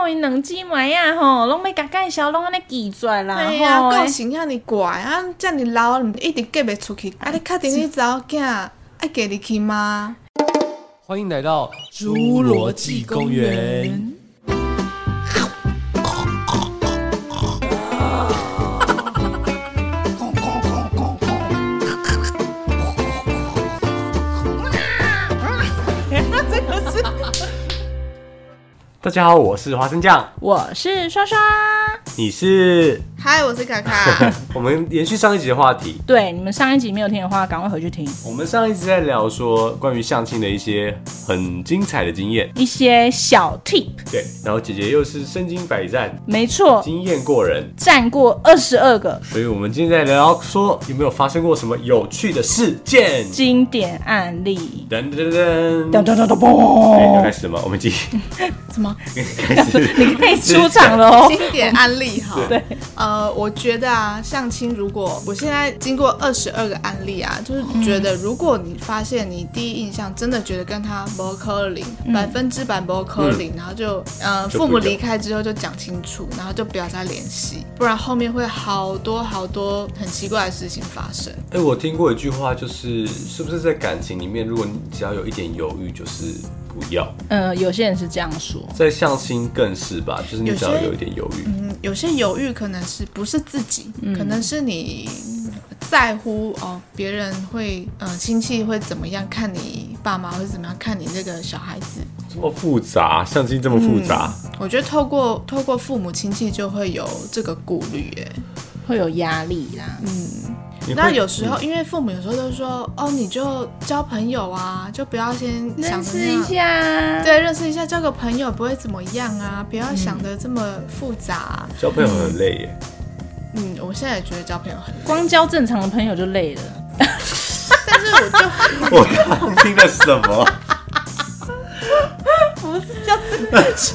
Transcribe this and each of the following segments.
互因两姊妹啊吼，拢要甲介绍，拢安尼记出来啦。 哎呀，个性遐尼怪啊，遮尼老一直嫁袂出去，啊，你确定你查某囝爱嫁入去吗？ 欢迎来到侏罗纪公园。大家好，我是花生酱， 我是刷刷， 你是？ 嗨，我是卡卡。 我们延续上一集的话题。 对，你们上一集没有听的话，赶快回去听。 我们上一集在聊说关于相亲的一些很精彩的经验， 一些小 tip。 对，然后姐姐又是身经百战， 没错， 经验过人， 战过22个。 所以我们今天在聊说有没有发生过什么有趣的事件、 经典案例。 噔噔噔噔噔噔噔噔，要开始了吗？我们继续。 什么？ 开始？ 你可以出场了哦。 经典案例哈。 对。 我觉得啊，相亲如果我现在经过22个案例啊，就是觉得如果你发现你第一印象真的觉得跟他不可能，100%不可能，然后就父母离开之后就讲清楚，然后就不要再联系，不然后面会好多好多很奇怪的事情发生。 我听过一句话，就是是不是在感情里面，如果你只要有一点犹豫，就是不要。 有些人是这样说， 在相亲更是吧，就是你只要有一点犹豫。 有些犹豫可能是不是自己，可能是你在乎别人会亲戚会怎么样看你，爸妈会怎么样看你这个小孩子。 这么复杂，相亲这么复杂。 我觉得透过父母亲戚就会有这个顾虑， 会有压力啦。 那有时候，因为父母有时候都说，你就交朋友啊，就不要先想认识一下， 对，认识一下，交个朋友不会怎么样啊，不要想得这么复杂。 交朋友很累耶。 我现在也觉得交朋友很累， 光交正常的朋友就累了。 但是我刚听了什么？ 不是交正常，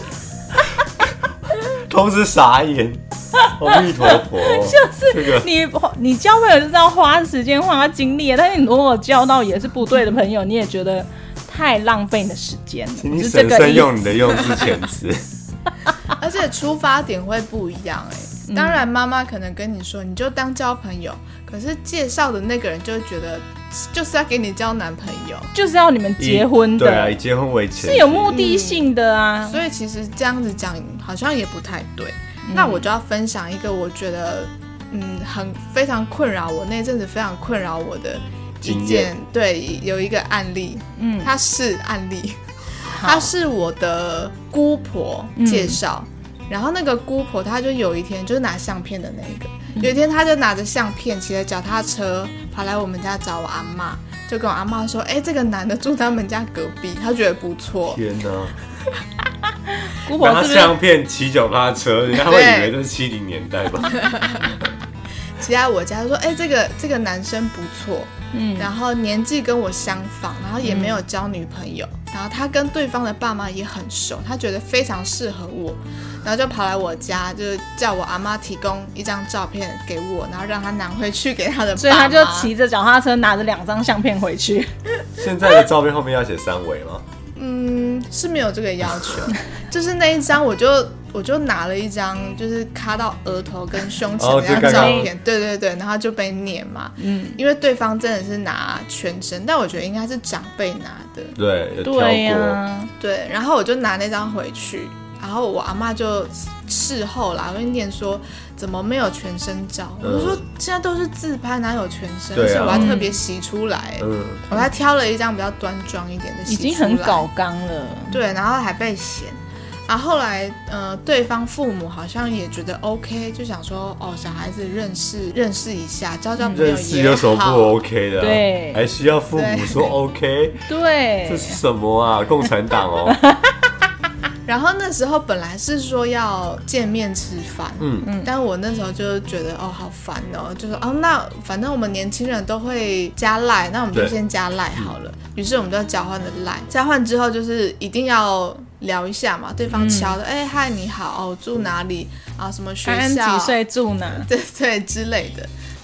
同时傻眼。阿弥陀佛， 就是你交朋友就是要花时间花精力，但是你如果交到也是不对的朋友，你也觉得太浪费你的时间了。 请你审慎用你的用字遣词。 而且出发点会不一样当然妈妈可能跟你说你就当交朋友，可是介绍的那个人就会觉得就是要给你交男朋友， 就是要你们结婚的。 对啊，以结婚为前是有目的性的啊。 所以其实这样子讲好像也不太对。那我就要分享一个我觉得非常困扰我，那阵子非常困扰我的一件，对，有一个案例，它是案例，它是我的姑婆介绍，然后那个姑婆她就有一天就是拿相片的那个，有一天她就拿着相片骑着脚踏车跑来我们家找我阿嬷，就跟我阿嬷说，这个男的住他们家隔壁，她觉得不错。 天哪！ 姑婆拿相片骑脚踏车，人家会以为这是70年代吧？ 骑在我家说，这个男生不错，然后年纪跟我相仿，然后也没有交女朋友，然后他跟对方的爸妈也很熟，他觉得非常适合我，然后就跑来我家，就叫我阿妈提供一张照片给我，然后让他拿回去给他的爸妈。 所以他就骑着脚踏车拿着2张相片回去。 现在的照片后面要写3维吗？ 是没有这个要求，就是那一张我就拿了一张，就是卡到额头跟胸前的那张照片，对，然后就被念嘛，因为对方真的是拿全身，但我觉得应该是长辈拿的， 对，有挑过， 对，然后我就拿那张回去，然后我阿嬷就事后啦会念说怎么没有全身照，我就说现在都是自拍，哪有全身，而且我还特别洗出来，我还挑了一张比较端庄一点的洗出来， 已经很搞刚了， 对，然后还被嫌。然后后来，对方父母好像也觉得 OK， 就想说，小孩子认识一下，交朋友也好。认识有什么不 OK 的？ 对， 还需要父母说 OK？ 对， 这是什么啊？共产党哦！ 然后那时候本来是说要见面吃饭，但我那时候就觉得好烦哦，就说那反正我们年轻人都会加赖，那我们就先加赖好了。于是我们就交换了赖，交换之后就是一定要聊一下嘛，对方敲的，嗨你好，住哪里啊？什么学校？ 几岁住哪？ 对之类的。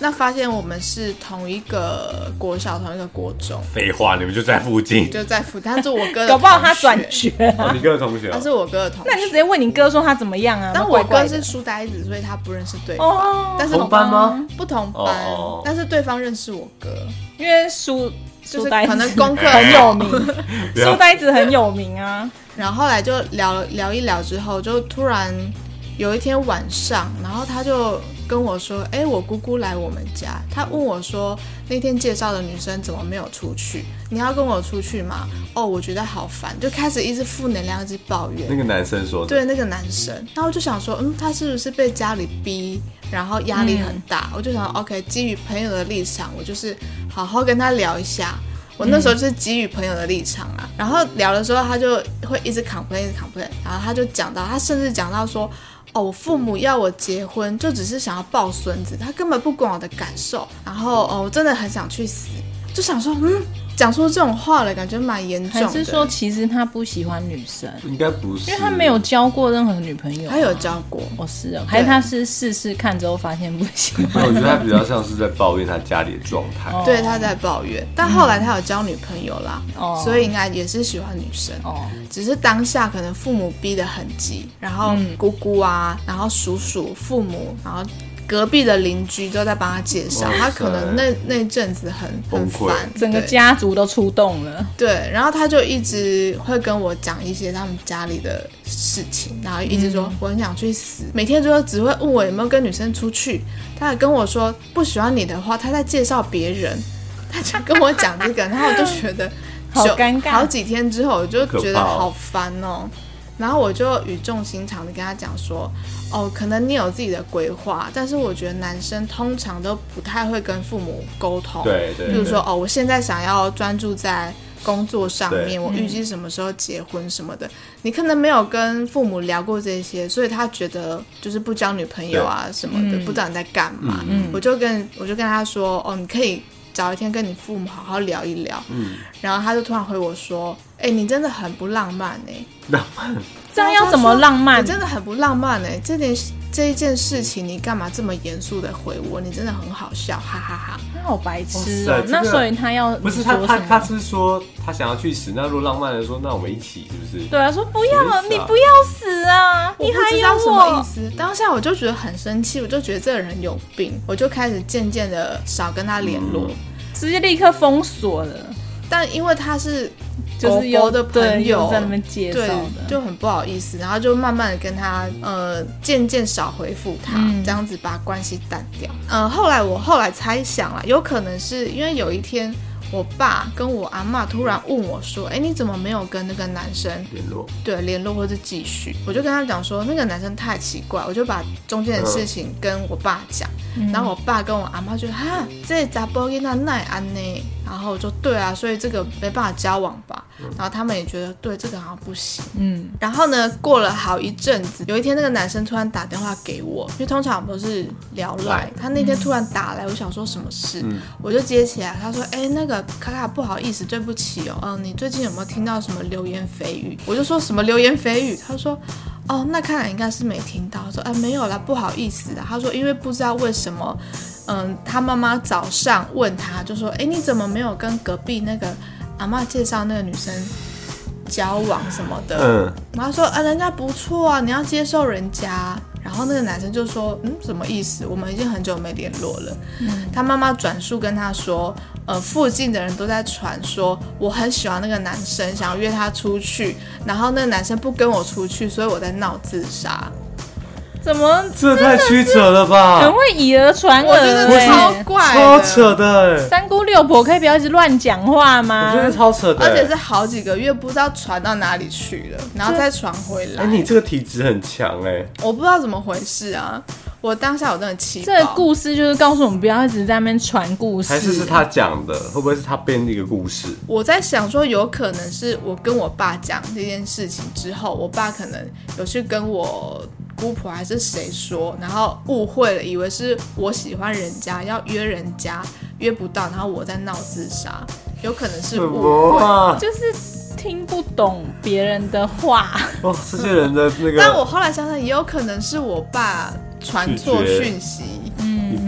那发现我们是同一个国小同一个国中。 废话，你们就在附近， 就在附近，他是我哥的同学， 搞不好他转学哦，你哥的同学他是我哥的同学， 那你就直接问你哥说他怎么样啊？ 但我哥是书呆子，所以他不认识对方。 哦， 但是同班吗？ 不同班，但是对方认识我哥， 因为书呆子可能功课很有名，书呆子很有名啊。 然后后来就聊一聊之后，就突然有一天晚上，然后他就跟我说：“哎，我姑姑来我们家，他问我说那天介绍的女生怎么没有出去？你要跟我出去吗？哦，我觉得好烦，就开始一直负能量，一直抱怨。” 那个男生说的， 对，那个男生，然后我就想说，他是不是被家里逼，然后压力很大？我就想 ，OK， 基于朋友的立场，我就是好好跟他聊一下。我那时候就是基于朋友的立场啊，然后聊的时候他就会一直 complain，然后他就讲到，他甚至讲到说，我父母要我结婚就只是想要抱孙子，他根本不管我的感受，然后我真的很想去死，就想说，讲出这种话了，感觉蛮严重的。 还是说其实他不喜欢女生？ 应该不是， 因为他没有交过任何女朋友。 他有交过， 是哦，还是他是试试看之后发现不行？ 我觉得他比较像是在抱怨他家里的状态。 对，他在抱怨，但后来他有交女朋友啦，所以应该也是喜欢女生。只是当下可能父母逼得很急，然后姑姑啊，然后叔叔、父母，然后隔壁的邻居都在帮他介绍，他可能那阵子很烦， 整个家族都出动了。 对，然后他就一直会跟我讲一些他们家里的事情，然后一直说我很想去死，每天就只会问我有没有跟女生出去。他还跟我说不喜欢你的话，他在介绍别人，他就跟我讲这个，然后我就觉得好尴尬。 好几天之后，我就觉得好烦哦。然后我就语重心长的跟他讲说，可能你有自己的规划，但是我觉得男生通常都不太会跟父母沟通。 对， 比如说我现在想要专注在工作上面，我预计什么时候结婚什么的，你可能没有跟父母聊过这些，所以他觉得就是不交女朋友啊什么的，不知道你在干嘛。我就跟他说，你可以找一天跟你父母好好聊一聊。然后他就突然回我说，你真的很不浪漫浪漫？ 这样要怎么浪漫？ 你真的很不浪漫这一件事情你干嘛这么严肃的回我？你真的很好笑，哈哈哈！ 他好白痴哦。那所以他要不是他是说他想要去死，那如果浪漫的说，那我们一起是不是？ 对啊，说不要，你不要死啊！你还有什么意思？当下我就觉得很生气，我就觉得这个人有病，我就开始渐渐的少跟他联络， 直接立刻封锁了。 但因为他是就是狗的朋友在那边介绍的， 就很不好意思，然后就慢慢的跟他渐渐少回复他，这样子把关系淡掉。我后来猜想啦，有可能是因为有一天我爸跟我阿嬷突然问我说，你怎么没有跟那个男生联络或是继续？我就跟他讲说那个男生太奇怪，我就把中间的事情跟我爸讲，然后我爸跟我阿嬷就哈，这查甫囡仔哪会安呢？然后我就对啊，所以这个没办法交往吧。然后他们也觉得对这个好像不行。然后呢，过了好一阵子，有一天那个男生突然打电话给我，因为通常我们都是聊赖，他那天突然打来，我想说什么事，我就接起来，他说那个卡卡不好意思，对不起哦，你最近有没有听到什么流言蜚语？我就说什么流言蜚语？他说那看来应该是没听到。他说没有啦，不好意思啦。他说因为不知道为什么他妈妈早上问他就说你怎么没有跟隔壁那个阿嬷介绍那个女生交往什么的？然后说人家不错啊，你要接受人家。然后那个男生就说什么意思？我们已经很久没联络了。他妈妈转述跟他说附近的人都在传说我很喜欢那个男生，想要约他出去，然后那个男生不跟我出去，所以我在闹自杀。 怎么这太曲折了吧？ 很会以讹传讹， 我觉得超怪的， 超扯的。 三姑六婆可以不要一直乱讲话吗？ 我觉得超扯的， 而且是好几个月不知道传到哪里去了，然后再传回来。 你这个体质很强我不知道怎么回事啊！我当下我真的气爆。 这个故事就是告诉我们不要一直在那边传故事， 还是他讲的？会不会是他编的一个故事？ 我在想说，有可能是我跟我爸讲这件事情之后，我爸可能有去跟我姑婆还是谁说，然后误会了，以为是我喜欢人家，要约人家，约不到，然后我在闹自杀，有可能是误会， 就是听不懂别人的话。 这些人的那个， 但我后来想想，也有可能是我爸传错讯息。 你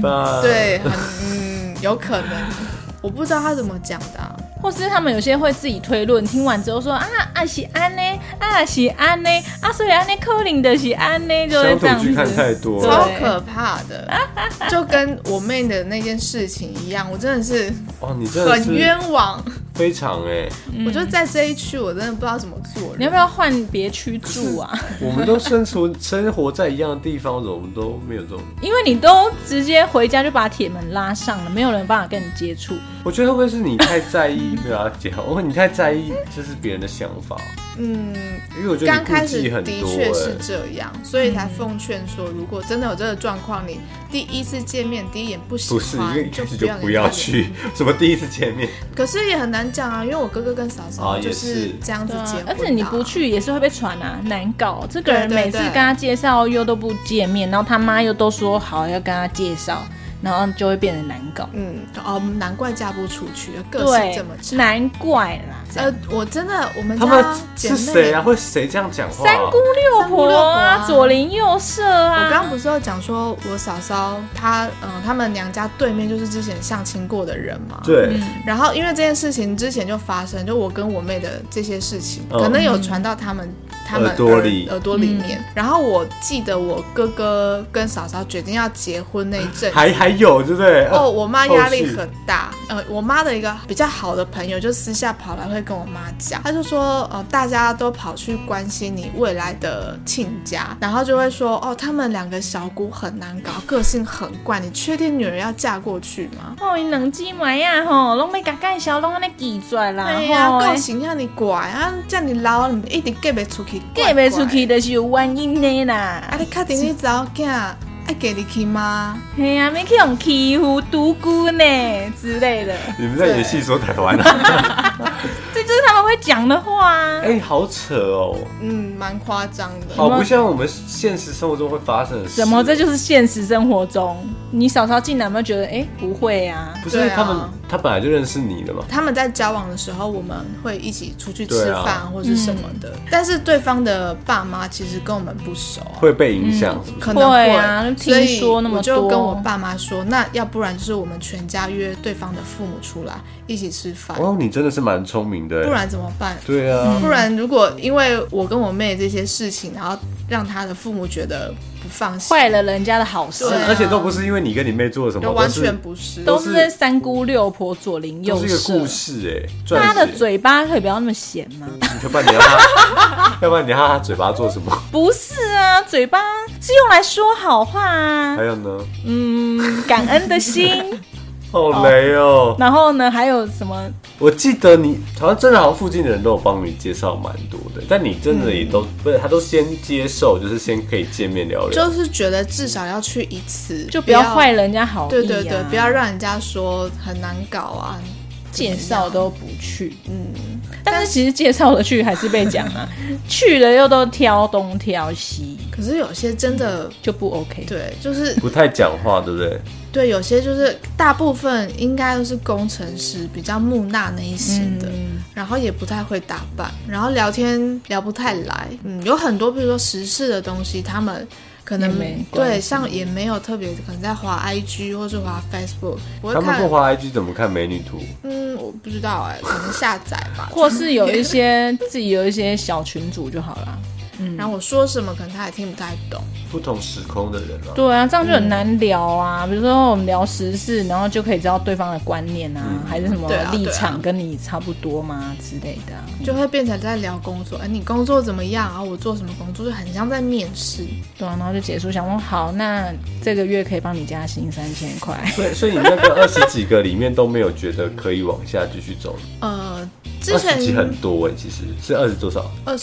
吧？ 对，有可能，我不知道他怎么讲的啊。 或是他们有些会自己推论，听完之后说是安呢，是安呢，所以安呢可能的是安呢，就会这样子。 乡土剧看太多了， 超可怕的，就跟我妹的那件事情一样，我真的是你真的是很冤枉。 非常我就在这一区，我真的不知道怎么做人。 你要不要换别区住啊？ 我们都生活在一样的地方，我们都没有这种。 因为你都直接回家就把铁门拉上了，没有人办法跟你接触。 我觉得会不会是你太在意没有要讲，你太在意就是别人的想法？因为我觉得刚开始你顾忌很多， 的确是这样，所以才奉劝说，如果真的有这个状况，你第一次见面第一眼不喜欢， 不是因为一开始就不要去，什么第一次见面。 可是也很难讲啊，因为我哥哥跟嫂嫂就是这样子结婚的， 而且你不去也是会被传啊，难搞。这个人每次跟他介绍又都不见面，然后他妈又都说好要跟他介绍，然后就会变得难搞。 难怪嫁不出去，个性这么差， 难怪啦。 我真的，我们家他们是谁啊？会谁这样讲话？ 三姑六婆啊，左邻右舍啊。 我刚刚不是有讲说，我嫂嫂他们娘家对面就是之前相亲过的人嘛。 对。 然后因为这件事情之前就发生，就我跟我妹的这些事情，可能有传到他们耳朵里面。然后我记得我哥哥跟嫂嫂决定要结婚那一阵， 还有对不对？ 我妈压力很大。我妈的一个比较好的朋友就私下跑来会跟我妈讲，他就说大家都跑去关心你未来的亲家，然后就会说他们两个小姑很难搞，个性很怪，你确定女儿要嫁过去吗？ 因两姊妹啊吼，拢要甲介绍，拢安尼记出来啦。 对啊，个性遐尼怪啊，这么老你一直嫁不出去， 嫁不出去就是有原因的啦。 你确定你查某囝爱嫁入去吗？ 嘿啊，没去用欺负独孤呢之类的。 你们在演戏说台湾啊？ 这就是他们会讲的话啊。 好扯哦。 蛮夸张的。 好不像我们现实生活中会发生的事。 怎么？这就是现实生活中。你嫂嫂进来有没有觉得不会啊？ 不是他本来就认识你了嘛。 他们在交往的时候，我们会一起出去吃饭或是什么的。但是对方的爸妈其实跟我们不熟啊， 会被影响， 可能会啊。听说那么多， 所以我就跟我爸妈说，那要不然就是我们全家约对方的父母出来一起吃饭。 你真的是蛮聪明的。 不然怎么办？ 对啊， 不然如果因为我跟我妹这些事情，然后让他的父母觉得不放心， 坏了人家的好事。 而且都不是因为你跟你妹做了什么， 完全不是， 都是在三姑六婆左邻右舍。 都是一个故事他的嘴巴可以不要那么闲吗？ 要不然你要他嘴巴做什么？ 不是啊，嘴巴是用来说好话啊。 还有呢？ 感恩的心。 好雷哦。 然后呢，还有什么？ 我记得你好像真的附近的人都有帮你介绍蛮多的，但你真的也都不是，他都先接受，就是先可以见面聊聊， 就是觉得至少要去一次， 就不要坏人家好意啊。 对，不要让人家说很难搞啊。 介绍都不去，但是其实介绍了去还是被讲啊，去了又都挑东挑西。 可是有些真的就不 OK， 对，就是不太讲话，对不对？ 对，有些就是大部分应该都是工程师，比较木讷那一型的，然后也不太会打扮，然后聊天聊不太来，有很多比如说时事的东西，他们可能对，像也没有特别，可能在滑 IG 或是滑 Facebook。 他们不滑 IG 怎么看美女图？ 我不知道可能下载吧， 或是有一些自己有一些小群组就好了。 然后我说什么可能他也听不太懂， 不同时空的人啊。 对啊，这样就很难聊啊。比如说我们聊时事，然后就可以知道对方的观念啊，还是什么立场跟你差不多吗之类的就会变成在聊工作。你工作怎么样啊？我做什么工作，就很像在面试。 对啊，然后就结束，想说好，那这个月可以帮你加薪3000块。 所以你那个20几个里面都没有觉得可以往下继续走？ 之前 20几很多其实是20多少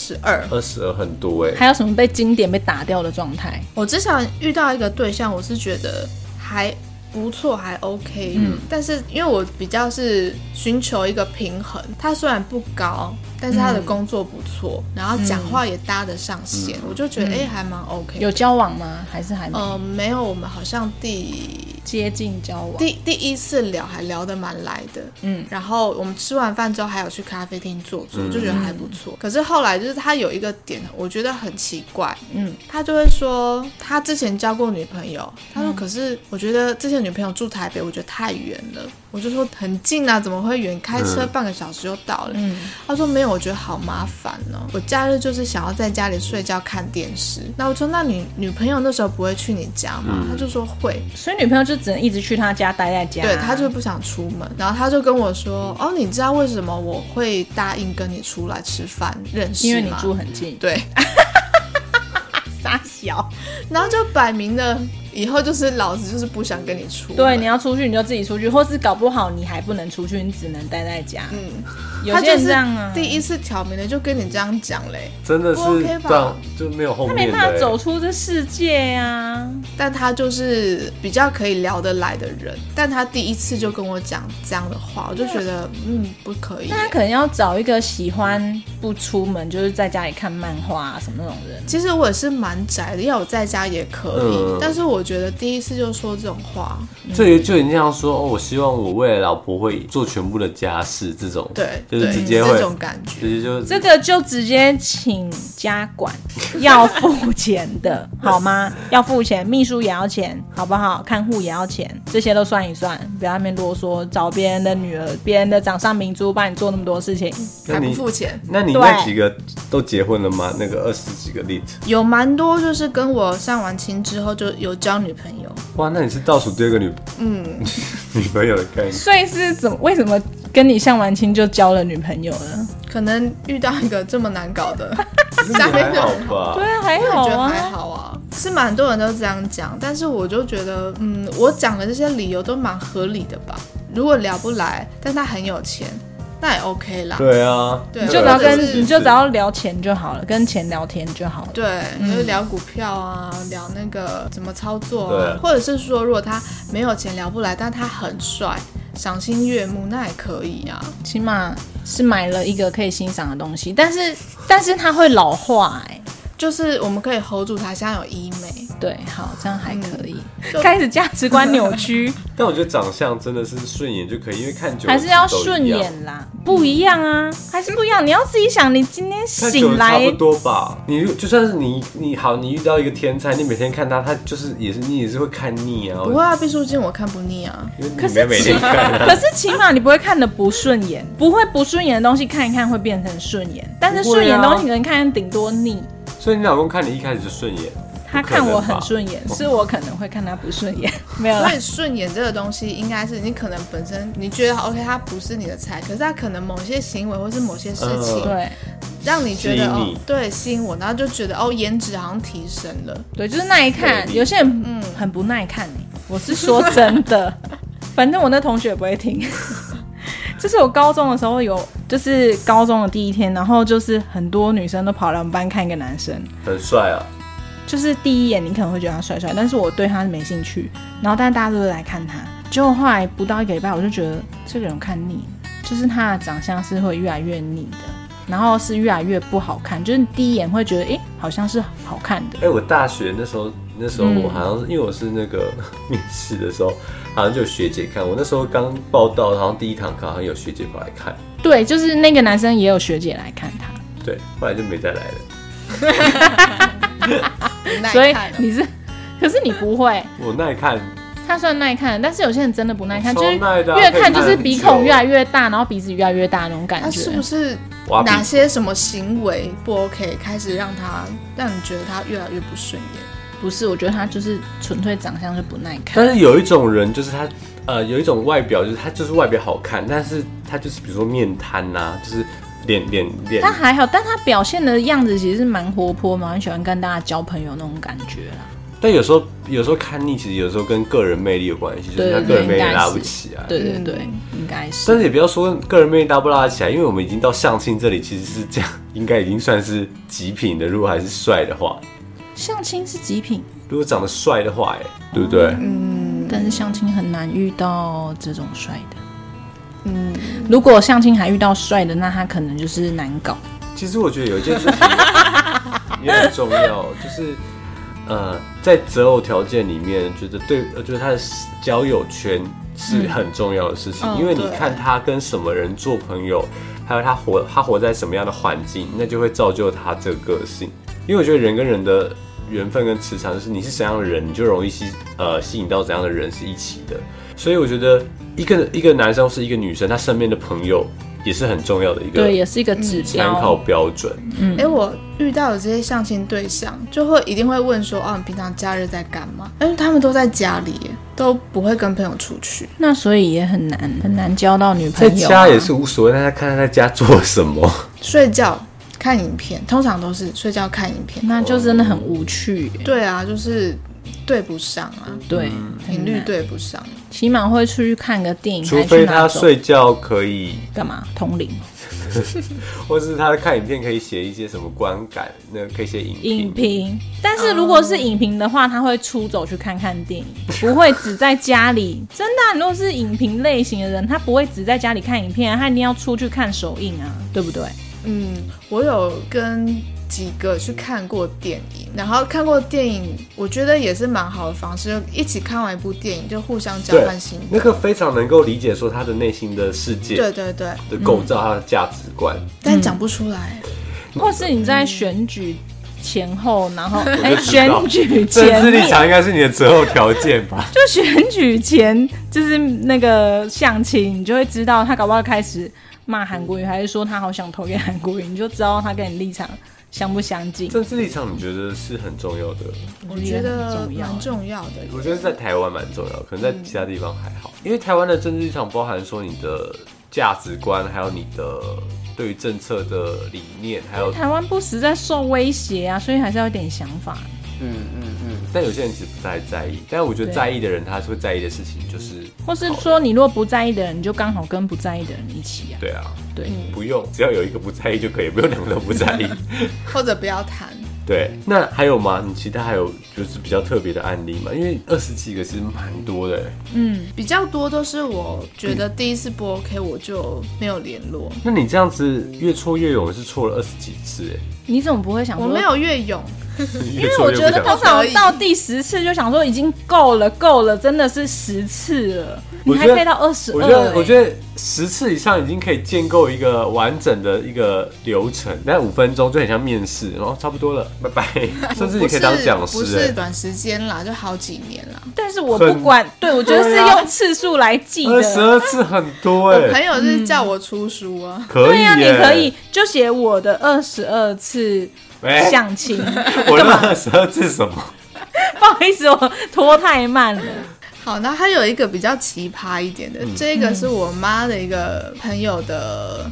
？22很多还有什么被经典被打掉的状态？ 我之前遇到一个对象，我是觉得还不错，还 OK，但是因为我比较是寻求一个平衡，他虽然不高， 但是他的工作不错，然后讲话也搭得上线，我就觉得还蛮 OK 的。 有交往吗？还是还没？ 没有，我们好像接近交往， 第一次聊还聊得蛮来的，然后我们吃完饭之后还有去咖啡厅坐，就觉得还不错。可是后来就是他有一个点，我觉得很奇怪，他就会说他之前交过女朋友，他说可是我觉得之前女朋友住台北，我觉得太远了，我就说很近啊，怎么会远？开车半个小时就到了。他说没有，我觉得好麻烦哦，我假日就是想要在家里睡觉看电视。那我说那你女朋友那时候不会去你家吗？他就说会， 所以女朋友就只能一直去他家待在家， 对，他就不想出门。然后他就跟我说你知道为什么我会答应跟你出来吃饭认识吗？ 因为你住很近。 对傻小， 然后就摆明了以后就是老子就是不想跟你出门。 对，你要出去你就自己出去，或是搞不好你还不能出去，你只能待在家。有些人这样啊， 第一次挑明了就跟你这样讲嘞， 真的是这样就没有后面的。 他没办法走出这世界啊。 但他就是比较可以聊得来的人，但他第一次就跟我讲这样的话，我就觉得不可以。 那他可能要找一个喜欢不出门，就是在家里看漫画啊什么那种人。 其实我也是蛮宅的，要我在家也可以，但是我觉得第一次就说这种话， 就有点像说我希望我未来老婆会做全部的家事这种， 对， 就是直接会这种感觉， 直接就这个就直接请家管，要付钱的好吗？要付钱，秘书也要钱，好不好？看护也要钱，这些都算一算，不要在那边啰嗦，找别人的女儿、别人的掌上明珠帮你做那么多事情， 还不付钱。 那你那几个都结婚了吗？那个20几个例子有蛮多，就是跟我上完亲之后就有交女朋友。 哇，那你是倒数第二个女朋友的概念。 所以是为什么跟你相完亲就交了女朋友了？ 可能遇到一个这么难搞的， 下面还好吧？ 对啊，还好啊， 我觉得还好啊，是蛮多人都这样讲，但是我就觉得，我讲的这些理由都蛮合理的吧。如果聊不来，但他很有钱，那也 OK 啦。 对啊， 对， 你就只要聊钱就好了，跟钱聊天就好了。 对，就是聊股票啊，聊那个怎么操作啊，或者是说，如果他没有钱聊不来，但他很帅，赏心悦目，那也可以啊。 起码是买了一个可以欣赏的东西，但是他会老化就是我们可以 hold 住他，现在有医美。 对，好，这样还可以。开始价值观扭曲。 但我觉得长相真的是顺眼就可以，因为看久了还是要顺眼啦，不一样啊，还是不一样。你要自己想，你今天醒来差不多吧。你就算是你好，你遇到一个天才，你每天看他就是你也是会看腻啊。 不会啊，毕书尽我看不腻啊。 可是每天看可是起码你不会看得不顺眼，不会不顺眼的东西看一看会变成顺眼，但是顺眼的东西可能看顶多腻。 所以你老公看你一开始就顺眼， 他看我很顺眼，是我可能会看他不顺眼，没有啦。 所以顺眼这个东西，应该是你可能本身你觉得 OK， 他不是你的菜，可是他可能某些行为或是某些事情， 对， 让你觉得对，吸引我，然后就觉得颜值好像提升了。 对，就是耐看。有些人很不耐看我是说真的，反正我那同学也不会听。这是我高中的时候就是高中的第一天，然后就是很多女生都跑来我们班看一个男生， 很帅啊。 就是第一眼你可能会觉得他帅帅，但是我对他是没兴趣。然后但是大家都是来看他，结果后来不到1个礼拜，我就觉得这个人看腻了，就是他的长相是会越来越腻的，然后是越来越不好看，就是第一眼会觉得好像是好看的。 我大学那时候我好像是因为我是那个面试的时候，好像就有学姐看我那时候刚报到，好像第一堂课好像有学姐跑来看。 对，就是那个男生也有学姐来看他。 对，后来就没再来了。 所以你是，可是你不会。 我耐看。 他算耐看，但是有些人真的不耐看，就是越看就是鼻孔越来越大，然后鼻子越来越大那种感觉。 他是不是哪些什么行为不 OK， 开始让你觉得他越来越不顺眼？ 不是，我觉得他就是纯粹长相就不耐看。 但是有一种人就是他有一种外表就是他就是外表好看，但是他就是比如说面瘫啊，就是脸。 他还好，但他表现的样子其实是蛮活泼，蛮喜欢跟大家交朋友那种感觉啦。 但有时候看腻，其实有时候跟个人魅力有关系，就是他个人魅力拉不起来。 对，应该是。 但是也不要说个人魅力拉不拉起来，因为我们已经到相亲这里，其实是这样，应该已经算是极品的。如果还是帅的话， 相亲是极品。 如果长得帅的话，对不对？ 但是相亲很难遇到这种帅的。 如果相亲还遇到帅的，那他可能就是难搞。 其实我觉得有一件事情也很重要，就是在择偶条件里面，觉得他的交友圈是很重要的事情，因为你看他跟什么人做朋友，还有他活在什么样的环境，那就会造就他这个个性。因为我觉得人跟人的缘分跟磁场，就是你是怎样的人，你就容易吸引到怎样的人是一起的。所以我觉得一个男生或是一个女生，他身边的朋友也是很重要的一个， 对，也是一个指标参考标准。 我遇到的这些相亲对象，就一定会问说，你平常假日在干嘛？因为他们都在家里，都不会跟朋友出去， 那所以也很难交到女朋友。 在家也是无所谓，但他看他在家做什么， 睡觉、看影片，通常都是睡觉看影片， 那就真的很无趣。 对啊，就是对不上啊， 对， 频率对不上。 起码会出去看个电影， 除非他睡觉可以干嘛通灵， 或是他看影片可以写一些什么观感，那可以写影评。 但是如果是影评的话，他会出走去看电影，不会只在家里。真的如果是影评类型的人，他不会只在家里看影片，他一定要出去看首映啊，对不对？ 我有跟几个去看过电影，然后看过电影，我觉得也是蛮好的方式，就一起看完一部电影就互相交换心得， 那个非常能够理解说他的内心的世界， 对的构造，他的价值观， 但讲不出来。 或是你在选举前后，然后选举前政治立场应该是你的择偶条件吧？ 就选举前就是那个相亲，你就会知道他搞不好开始骂韩国瑜，还是说他好想投给韩国瑜，你就知道他跟你立场相不相近。 政治立场你觉得是很重要的？ 我觉得蛮重要的。 我觉得在台湾蛮重要的，可能在其他地方还好，因为台湾的政治立场包含说你的价值观，还有你的对于政策的理念，还有台湾不时在受威胁啊，所以还是要有点想法。 但有些人其实不太在意，但我觉得在意的人，他是会在意的事情就是， 或是说你如果不在意的人，你就刚好跟不在意的人一起啊。 对啊， 对， 不用，只要有一个不在意就可以，不用两个都不在意， 或者不要谈。 对，那还有吗？你其他还有就是比较特别的案例吗？因为20几个其实蛮多的。 比较多都是我觉得第一次不 OK，我就没有联络。 那你这样子越挫越勇，是挫了20几次哎？ 你怎么不会想说？ 我没有越勇， 因为我觉得通常到第10次就想说已经够了，真的是10次了，你还可以到22。 我觉得10次以上已经可以建构一个完整的一个流程，但5分钟就很像面试，然后差不多了，拜拜。甚至你可以当讲师， 不是短时间啦，就好几年啦。 但是我不管，对我觉得是用次数来记的。 22次很多哎。 我朋友是叫我出书啊， 可以耶， 对啊，你可以就写我的22次相亲。 我的22次什么？ 不好意思，我拖太慢了。 好，那还有一个比较奇葩一点的，这个是我妈的一个朋友的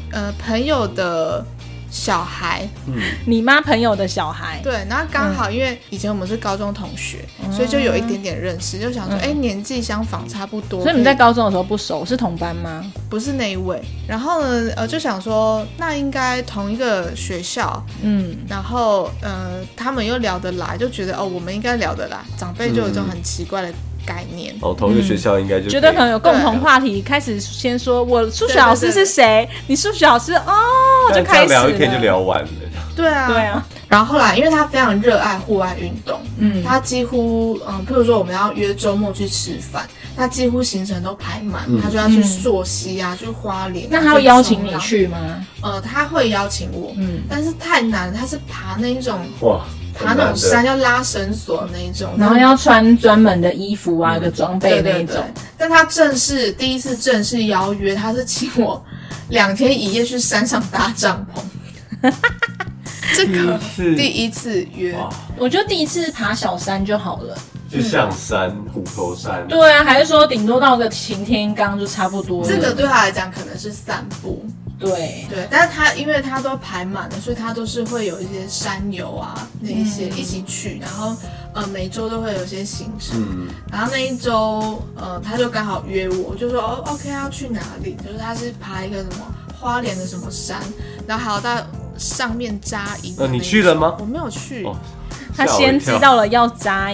小孩， 你妈朋友的小孩， 对，然后刚好因为以前我们是高中同学，所以就有一点点认识，就想说，年纪相仿差不多， 所以你们在高中的时候不熟，是同班吗？ 不是那一位，然后呢，就想说，那应该同一个学校，然后他们又聊得来，就觉得我们应该聊得来，长辈就有一种很奇怪的概念， 同一个学校应该就觉得可能有共同话题，开始先说我数学老师是谁，你数学老师就开始聊一天就聊完了。 对啊。然后后来，因为他非常热爱户外运动，他几乎譬如说我们要约周末去吃饭，他几乎行程都排满，他就要去溯溪啊，去花莲。 那他会邀请你去吗？ 他会邀请我，但是太难了，他是爬那一种爬那种山要拉绳索那一种， 然后要穿专门的衣服啊，的装备那一种。 但他第一次正式邀约，他是请我2天1夜去山上搭帐篷。这个第一次约， 我觉得第一次爬小山就好了， 就象山、虎头山。 对啊，还是说顶多到个擎天岗就差不多了。 这个对他来讲可能是散步。 对， 但是他因为他都排满了，所以他都是会有一些山友啊，那一些一起去，然后每周都会有一些行程，然后那一周他就刚好约我，就说OK 要去哪里，就是他是爬一个什么花莲的什么山，然后还要到上面扎营。 你去了吗？ 我没有去。 他先知道了要扎营，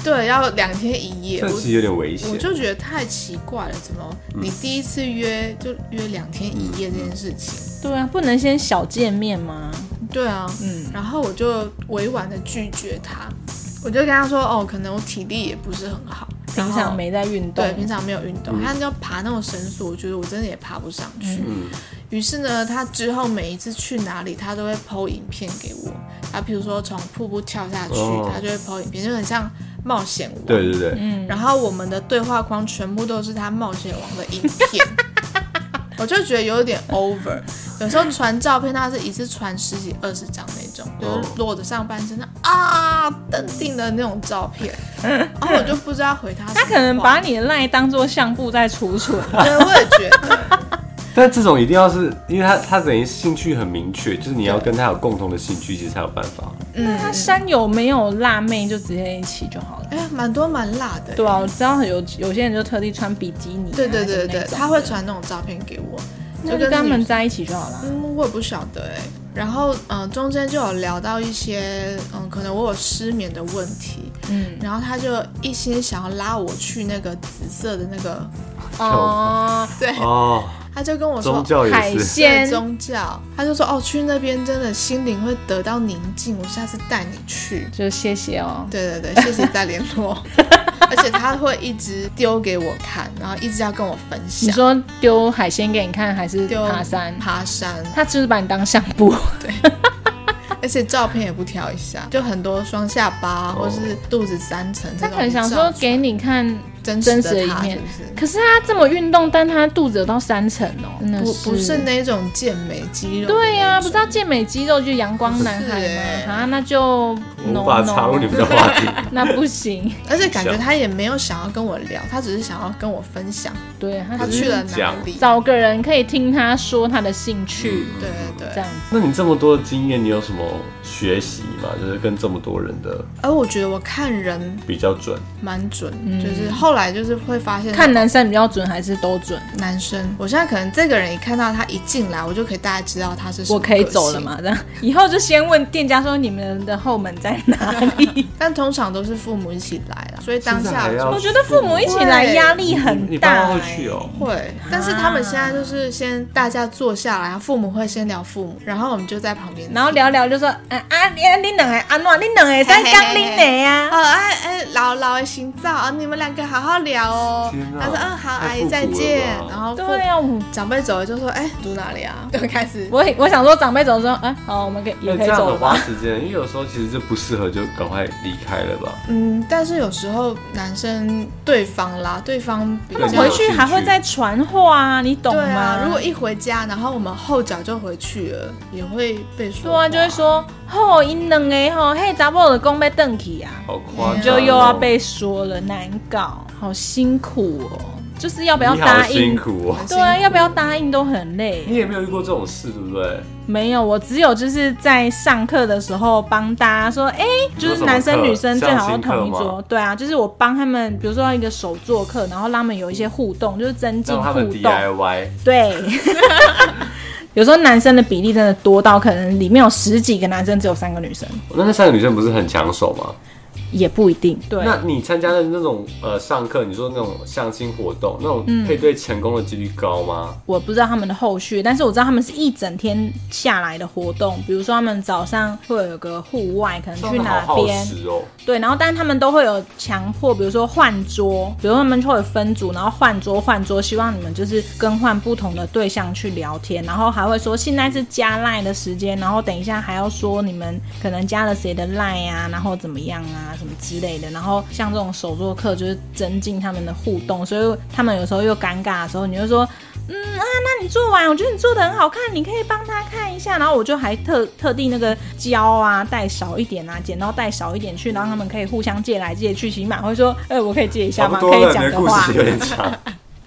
对，要2天1夜， 这其实有点危险。 我就觉得太奇怪了，怎么你第一次约就约2天1夜这件事情？ 对啊，不能先小见面吗？ 对啊，然后我就委婉的拒绝他，我就跟他说，哦，可能我体力也不是很好， 平常没在运动， 对，平常没有运动，他要爬那种绳索，我觉得我真的也爬不上去。于是呢，他之后每一次去哪里，他都会 po 影片给我。他比如说从瀑布跳下去，他就会 po 影片，就很像冒险王。 对对对， 然后我们的对话框全部都是他冒险王的影片，我就觉得有点 over。有时候传照片，他是一次传10几20张那种，就是裸着上半身淡定的那种照片，然后我就不知道回他什么话。 他可能把你的 LINE 当作相簿在储存。 对，我也觉得。 但这种一定要是因为他等于兴趣很明确，就是你要跟他有共同的兴趣，其实才有办法。 那他山友没有辣妹就直接一起就好了。 哎呀，蛮多蛮辣的。 对啊，我知道有些人就特地穿比基尼。 对对对对，他会传那种照片给我， 就跟他们在一起就好了。 我也不晓得哎。然后中间就有聊到一些可能我有失眠的问题，然后他就一心想要拉我去那个紫色的那个对他就跟我说宗教也是海鲜宗教，他就说去那边真的心灵会得到宁静，我下次带你去， 就谢谢哦。 对对对，谢谢再联络。而且他会一直丢给我看，然后一直要跟我分享。 你说丢海鲜给你看，还是爬山？ 爬山， 他是不是把你当相簿？ 对。而且照片也不挑一下，就很多双下巴或是肚子3层这种。 他可能想说给你看真实的一面，可是他这么运动，但他肚子有到3层哦，真的不是那种健美肌肉。 对呀，不知道健美肌肉就阳光男孩吗？那就无法插入你们的话题， 那不行。 而且感觉他也没有想要跟我聊，他只是想要跟我分享。 对， 他去了哪里， 找个人可以听他说他的兴趣。 对对对， 这样子。 那你这么多的经验，你有什么学习吗？就是跟这么多人的， 我觉得我看人比较准， 蛮准，就是后来就是会发现看男生比较准还是都准？ 男生，我现在可能这个人一看到他一进来，我就可以大概知道他是什么我可以走了嘛？这样以后就先问店家说你们的后门在哪里？ 但通常都是父母一起来了，所以当下我觉得父母一起来压力很大。 你爸妈会去哦？ 会，但是他们现在就是先大家坐下来，父母会先聊父母，然后我们就在旁边， 然后聊聊就说你两个安怎？你两个在讲你的呀？ 老的心照你们2个好好聊哦。他说好，阿姨再见。然后对啊， 长辈走了就说住哪里啊？就开始我想说长辈走说好，我们也可以走了吧。 花时间，因为有时候其实这不适合就赶快离开了吧。 但是有时候男生对方比较回去还会再传话啊，你懂吗？ 对啊，如果一回家，然后我们后脚就回去了，也会被说。 对啊，就会说因两个嘿查某就讲要回去啊， 好夸张， 就又要被说了，难搞，好辛苦哦。就是要不要答应？ 辛苦哦。 对啊，要不要答应都很累。 你也没有遇过这种事，对不对？ 没有，我只有就是在上课的时候帮大家说，就是男生女生最好要同一桌。对啊，就是我帮他们，比如说一个手作课，然后让他们有一些互动，就是增进互动。 让他们 DIY。 对。有时候男生的比例真的多到可能里面有10几个男生，只有3个女生。 那3个女生不是很抢手吗？ 也不一定。对， 那你参加的那种上课，你说那种相亲活动，那种配对成功的几率高吗？ 我不知道他们的后续，但是我知道他们是一整天下来的活动，比如说他们早上会有个户外，可能去哪边，对，然后但是他们都会有强迫，比如说换桌，比如说他们会有分组，然后换桌，希望你们就是更换不同的对象去聊天，然后还会说现在是加 LINE 的时间，然后等一下还要说你们可能加了谁的 LINE 啊，然后怎么样啊什么之类的，然后像这种手作课就是增进他们的互动，所以他们有时候又尴尬的时候，你就说那你做完，我觉得你做的很好看，你可以帮他看一下，然后我就还特地那个胶啊带少一点啊，剪刀带少一点去，然后他们可以互相借来借去，起码会说我可以借一下吗？可以讲的话。 故事有点长。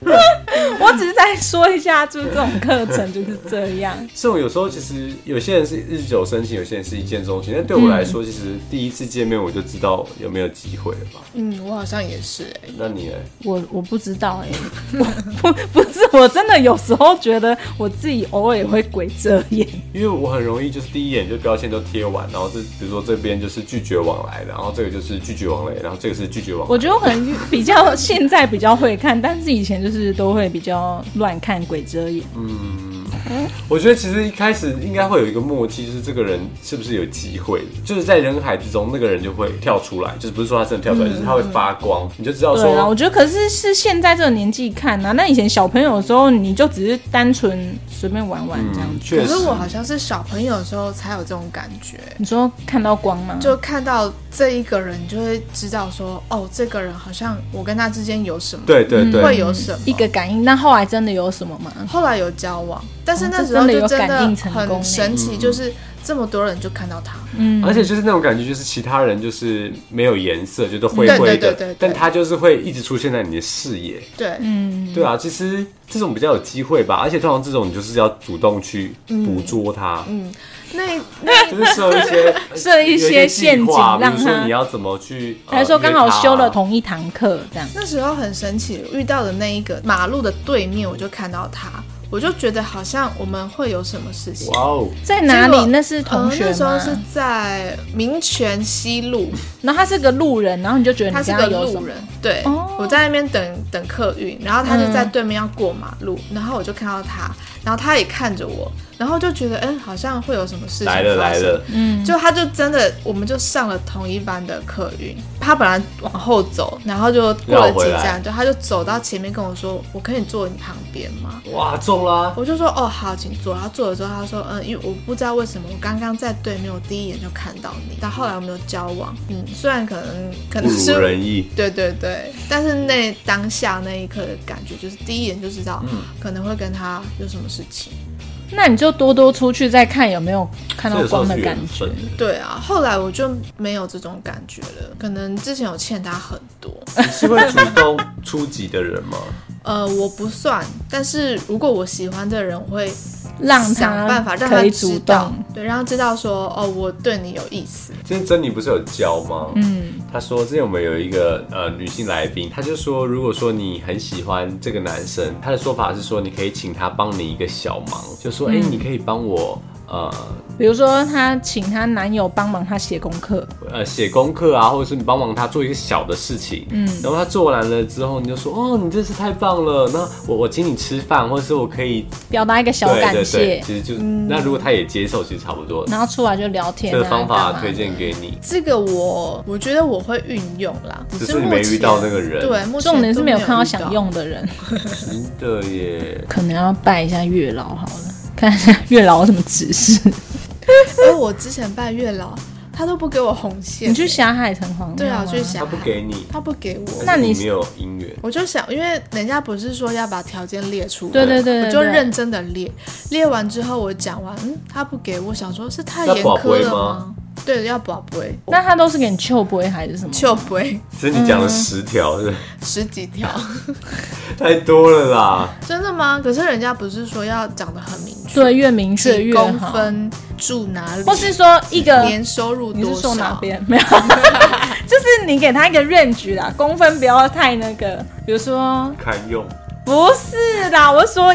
我只是在说一下，就是这种课程就是这样。 这种有时候其实有些人是日久生情，有些人是一见钟情。但对我来说，其实第一次见面我就知道有没有机会了吧。 我好像也是那你呢？ 我不知道不是，我真的有时候觉得我自己偶尔也会鬼遮眼， 因为我很容易就是第一眼就标签都贴完，然后比如说这边就是拒绝往来，然后这个就是拒绝往来，然后这个是拒绝往来。 我觉得我可能现在比较会看，但是以前就是都会比较乱看鬼遮眼。 我觉得其实一开始应该会有一个默契，就是这个人是不是有机会，就是在人海之中，那个人就会跳出来，就是不是说他真的跳出来，就是他会发光，你就知道说。 对啊，我觉得可是现在这个年纪看啊，那以前小朋友的时候，你就只是单纯随便玩玩这样子。 可是我好像是小朋友的时候才有这种感觉。 你说看到光吗？ 就看到这一个人，你就会知道说，哦，这个人好像我跟他之间有什么， 对， 会有什么一个感应。那后来真的有什么吗？ 后来有交往，但是那时候就真的很神奇，就是这么多人就看到他， 而且就是那种感觉，就是其他人就是没有颜色，就是灰灰的，但他就是会一直出现在你的视野，对啊，其实这种比较有机会吧，而且通常这种你就是要主动去捕捉他， 那就是设一些陷阱，让他， 比如说你要怎么去， 还是说刚好修了同一堂课这样。 那时候很神奇，遇到的那一个马路的对面，我就看到他。我就觉得好像我们会有什么事情。 哇哦， 在哪里？那是同学吗？ 那时候是在民权西路， 然后他是个路人，然后你就觉得你他是个路人，对，我在那边等客运，然后他就在对面要过马路，然后我就看到他，然后他也看着我，然后就觉得好像会有什么事情发生来了， 就他就真的，我们就上了同一班的客运，他本来往后走，然后就过了几站，对，他就走到前面跟我说：“我可以坐你旁边吗？” 哇，中啦！ 我就说：“哦，好，请坐。”他坐了之后，他说：“因为我不知道为什么我刚刚在对面，我第一眼就看到你，但后来我们有交往，虽然可能是不如人意， 对，但是当下那一刻的感觉，就是第一眼就知道，可能会跟他有什么事情。” 那你就多多出去再看有没有看到光的感觉。 对啊，后来我就没有这种感觉了，可能之前有欠他很多。 你是会主动出击的人吗？ 我不算，但是如果我喜欢这个人，我会让他想办法让他知道，对，让他知道说，我对你有意思。 之前珍妮不是有教吗？她说之前我们有一个女性来宾，她就说，如果说你很喜欢这个男生，她的说法是说，你可以请他帮你一个小忙，就说，你可以帮我。 比如说她请她男友帮忙她写功课， 写功课啊，或者是你帮忙她做一个小的事情，然后她做完了之后，你就说你真是太棒了，那我请你吃饭，或者是我可以表达一个小感谢， 对，其实就那如果她也接受，其实差不多， 然后出来就聊天， 这个方法推荐给你。 这个我觉得我会运用啦， 只是你没遇到那个人， 对， 重点是没有看到想用的人， 真的耶， 可能要拜一下月老好了。看一下月老有什么指示。 我之前拜月老，他都不给我红线。 你去霞海城隍庙？ 对啊，去霞海。 他不给你， 他不给我。 那你没有姻缘。 我就想，因为人家不是说要把条件列出来， 对， 我就认真的列。列完之后，我讲完，他不给我，想说是太严苛了吗？对，要拔杯。 那他都是给你秋杯还是什么？ 秋杯。 所以你讲了10条，是 10几条， 太多了啦。 真的吗？可是人家不是说要讲得很明确？ 对，越明确越好。 几公分，住哪里？ 或是说一个年收入多少？ 你是说哪边？没有，就是你给他一个 range 啦，公分不要太那个，比如说堪用。 不是啦，我说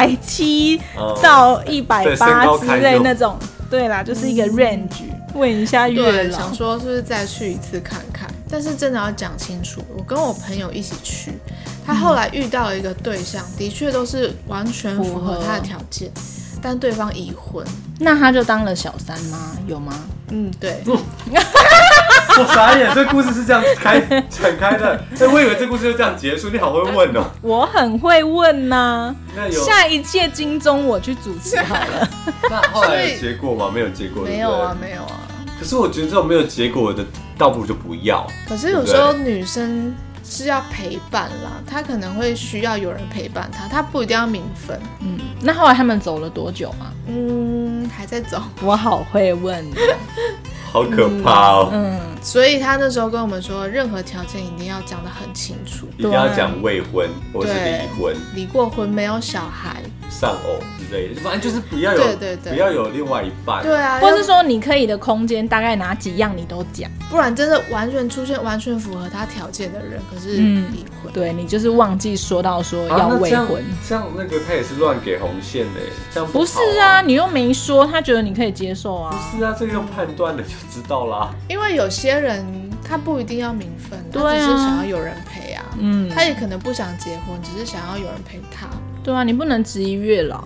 170到180之类那种。对啦，就是一个 range。问一下月老， 想说是不是再去一次看看，但是真的要讲清楚。我跟我朋友一起去，他后来遇到了一个对象，的确都是完全符合他的条件，但对方已婚。 那他就当了小三吗？有吗？ 对。 我傻眼，这故事是这样展开的。我以为这故事就这样结束，你好会问哦。 我很会问呐。 那有下一届金钟我去主持好了。 那后来有结果吗？没有结果。 没有啊，没有啊。 可是我觉得这种没有结果的，倒不如就不要。 可是有时候女生是要陪伴啦，她可能会需要有人陪伴她，她不一定要名分。 那后来他们走了多久啊？ 还在走。 我好会问。 好可怕哦。 所以他那时候跟我们说，任何条件一定要讲得很清楚， 一定要讲未婚或是离婚， 离过婚没有小孩， 丧偶之类的，反正就是不要有， 对不要有另外一半。 对啊， 或是说你可以的空间大概哪几样你都讲， 不然真的完全出现完全符合他条件的人，可是离婚。 对，你就是忘记说到说要未婚， 这样那个他也是乱给红线的，这样不是啊？你又没说，他觉得你可以接受啊？ 不是啊，这个用判断的就知道啦。 因为有些人他不一定要名分，他只是想要有人陪啊。他也可能不想结婚，只是想要有人陪他。 对啊，你不能质疑月老。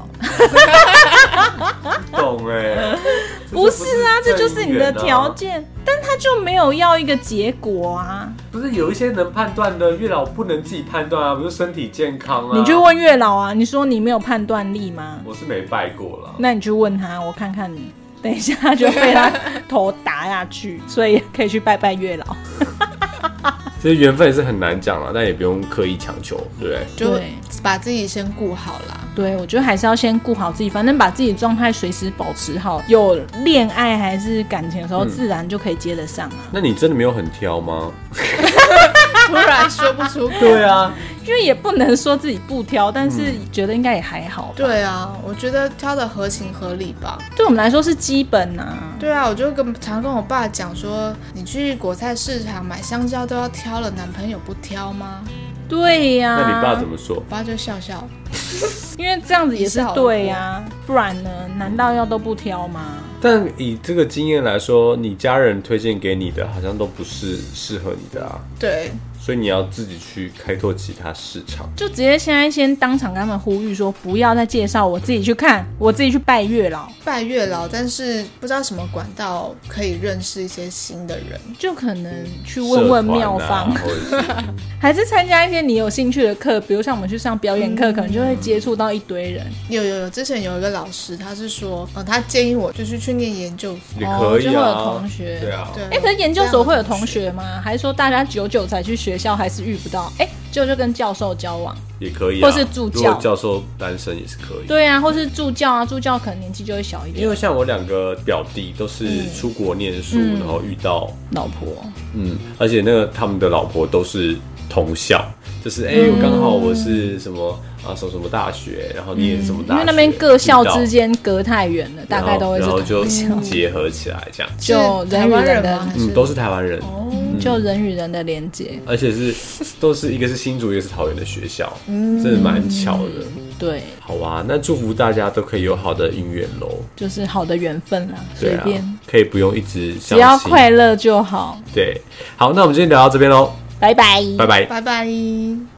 懂不是啊，这就是你的条件，但他就没有要一个结果啊。 不是有一些能判断的，月老不能自己判断啊，比如身体健康啊。 你去问月老啊，你说你没有判断力吗？ 我是没拜过啦。 那你去问他，我看看你。等一下就被他头打下去，所以可以去拜拜月老。 其实缘分也是很难讲啦，但也不用刻意强求，对不对？ 就把自己先顾好啦。 对，我觉得还是要先顾好自己，反正把自己的状态随时保持好，有恋爱还是感情的时候，自然就可以接得上啊。 那你真的没有很挑吗？ 突然说不出口。 对啊， 因为也不能说自己不挑，但是觉得应该也还好吧。 对啊，我觉得挑的合情合理吧。 对我们来说是基本啊。 对啊，我就常跟我爸讲说，你去果菜市场买香蕉都要挑了，男朋友不挑吗？ 对呀、 那你爸怎么说？ 我爸就笑笑， 因为这样子也是对呀、不然呢？难道要都不挑吗？ 但以这个经验来说，你家人推荐给你的好像都不是适合你的啊。 对。 所以你要自己去开拓其他市场， 就直接现在先当场跟他们呼吁说，不要再介绍，我自己去看，我自己去拜月老。 拜月老，但是不知道什么管道可以认识一些新的人， 就可能去问问妙方，还是参加一些你有兴趣的课，比如像我们去上表演课，可能就会接触到一堆人。 有，之前有一个老师，他是说，他建议我就是去念研究所， 也可以啊， 就会有同学， 对啊， 对。 可是研究所会有同学吗？还是说大家久才去学校，还是遇不到？就跟教授交往也可以、 或是助教， 如果教授单身也是可以。 对啊，或是助教啊，助教可能年纪就会小一点。 因为像我2个表弟都是出国念书，然后遇到老婆， 而且他们的老婆都是同校，就是我刚好我是什么什么大学，然后你也是什么大学， 因为那边各校之间隔太远了，大概都会是然后就同校结合起来这样， 就人与人的， 都是台湾人， 就人与人的连结， 而且都是一个是新竹，一个是桃园的学校，真的蛮巧的。 对， 好啊，那祝福大家都可以有好的姻缘喽， 就是好的缘分啦， 对啊， 随便可以不用一直相信， 只要快乐就好。 对，好，那我们今天聊到这边喽， 拜拜， 拜拜， 拜拜。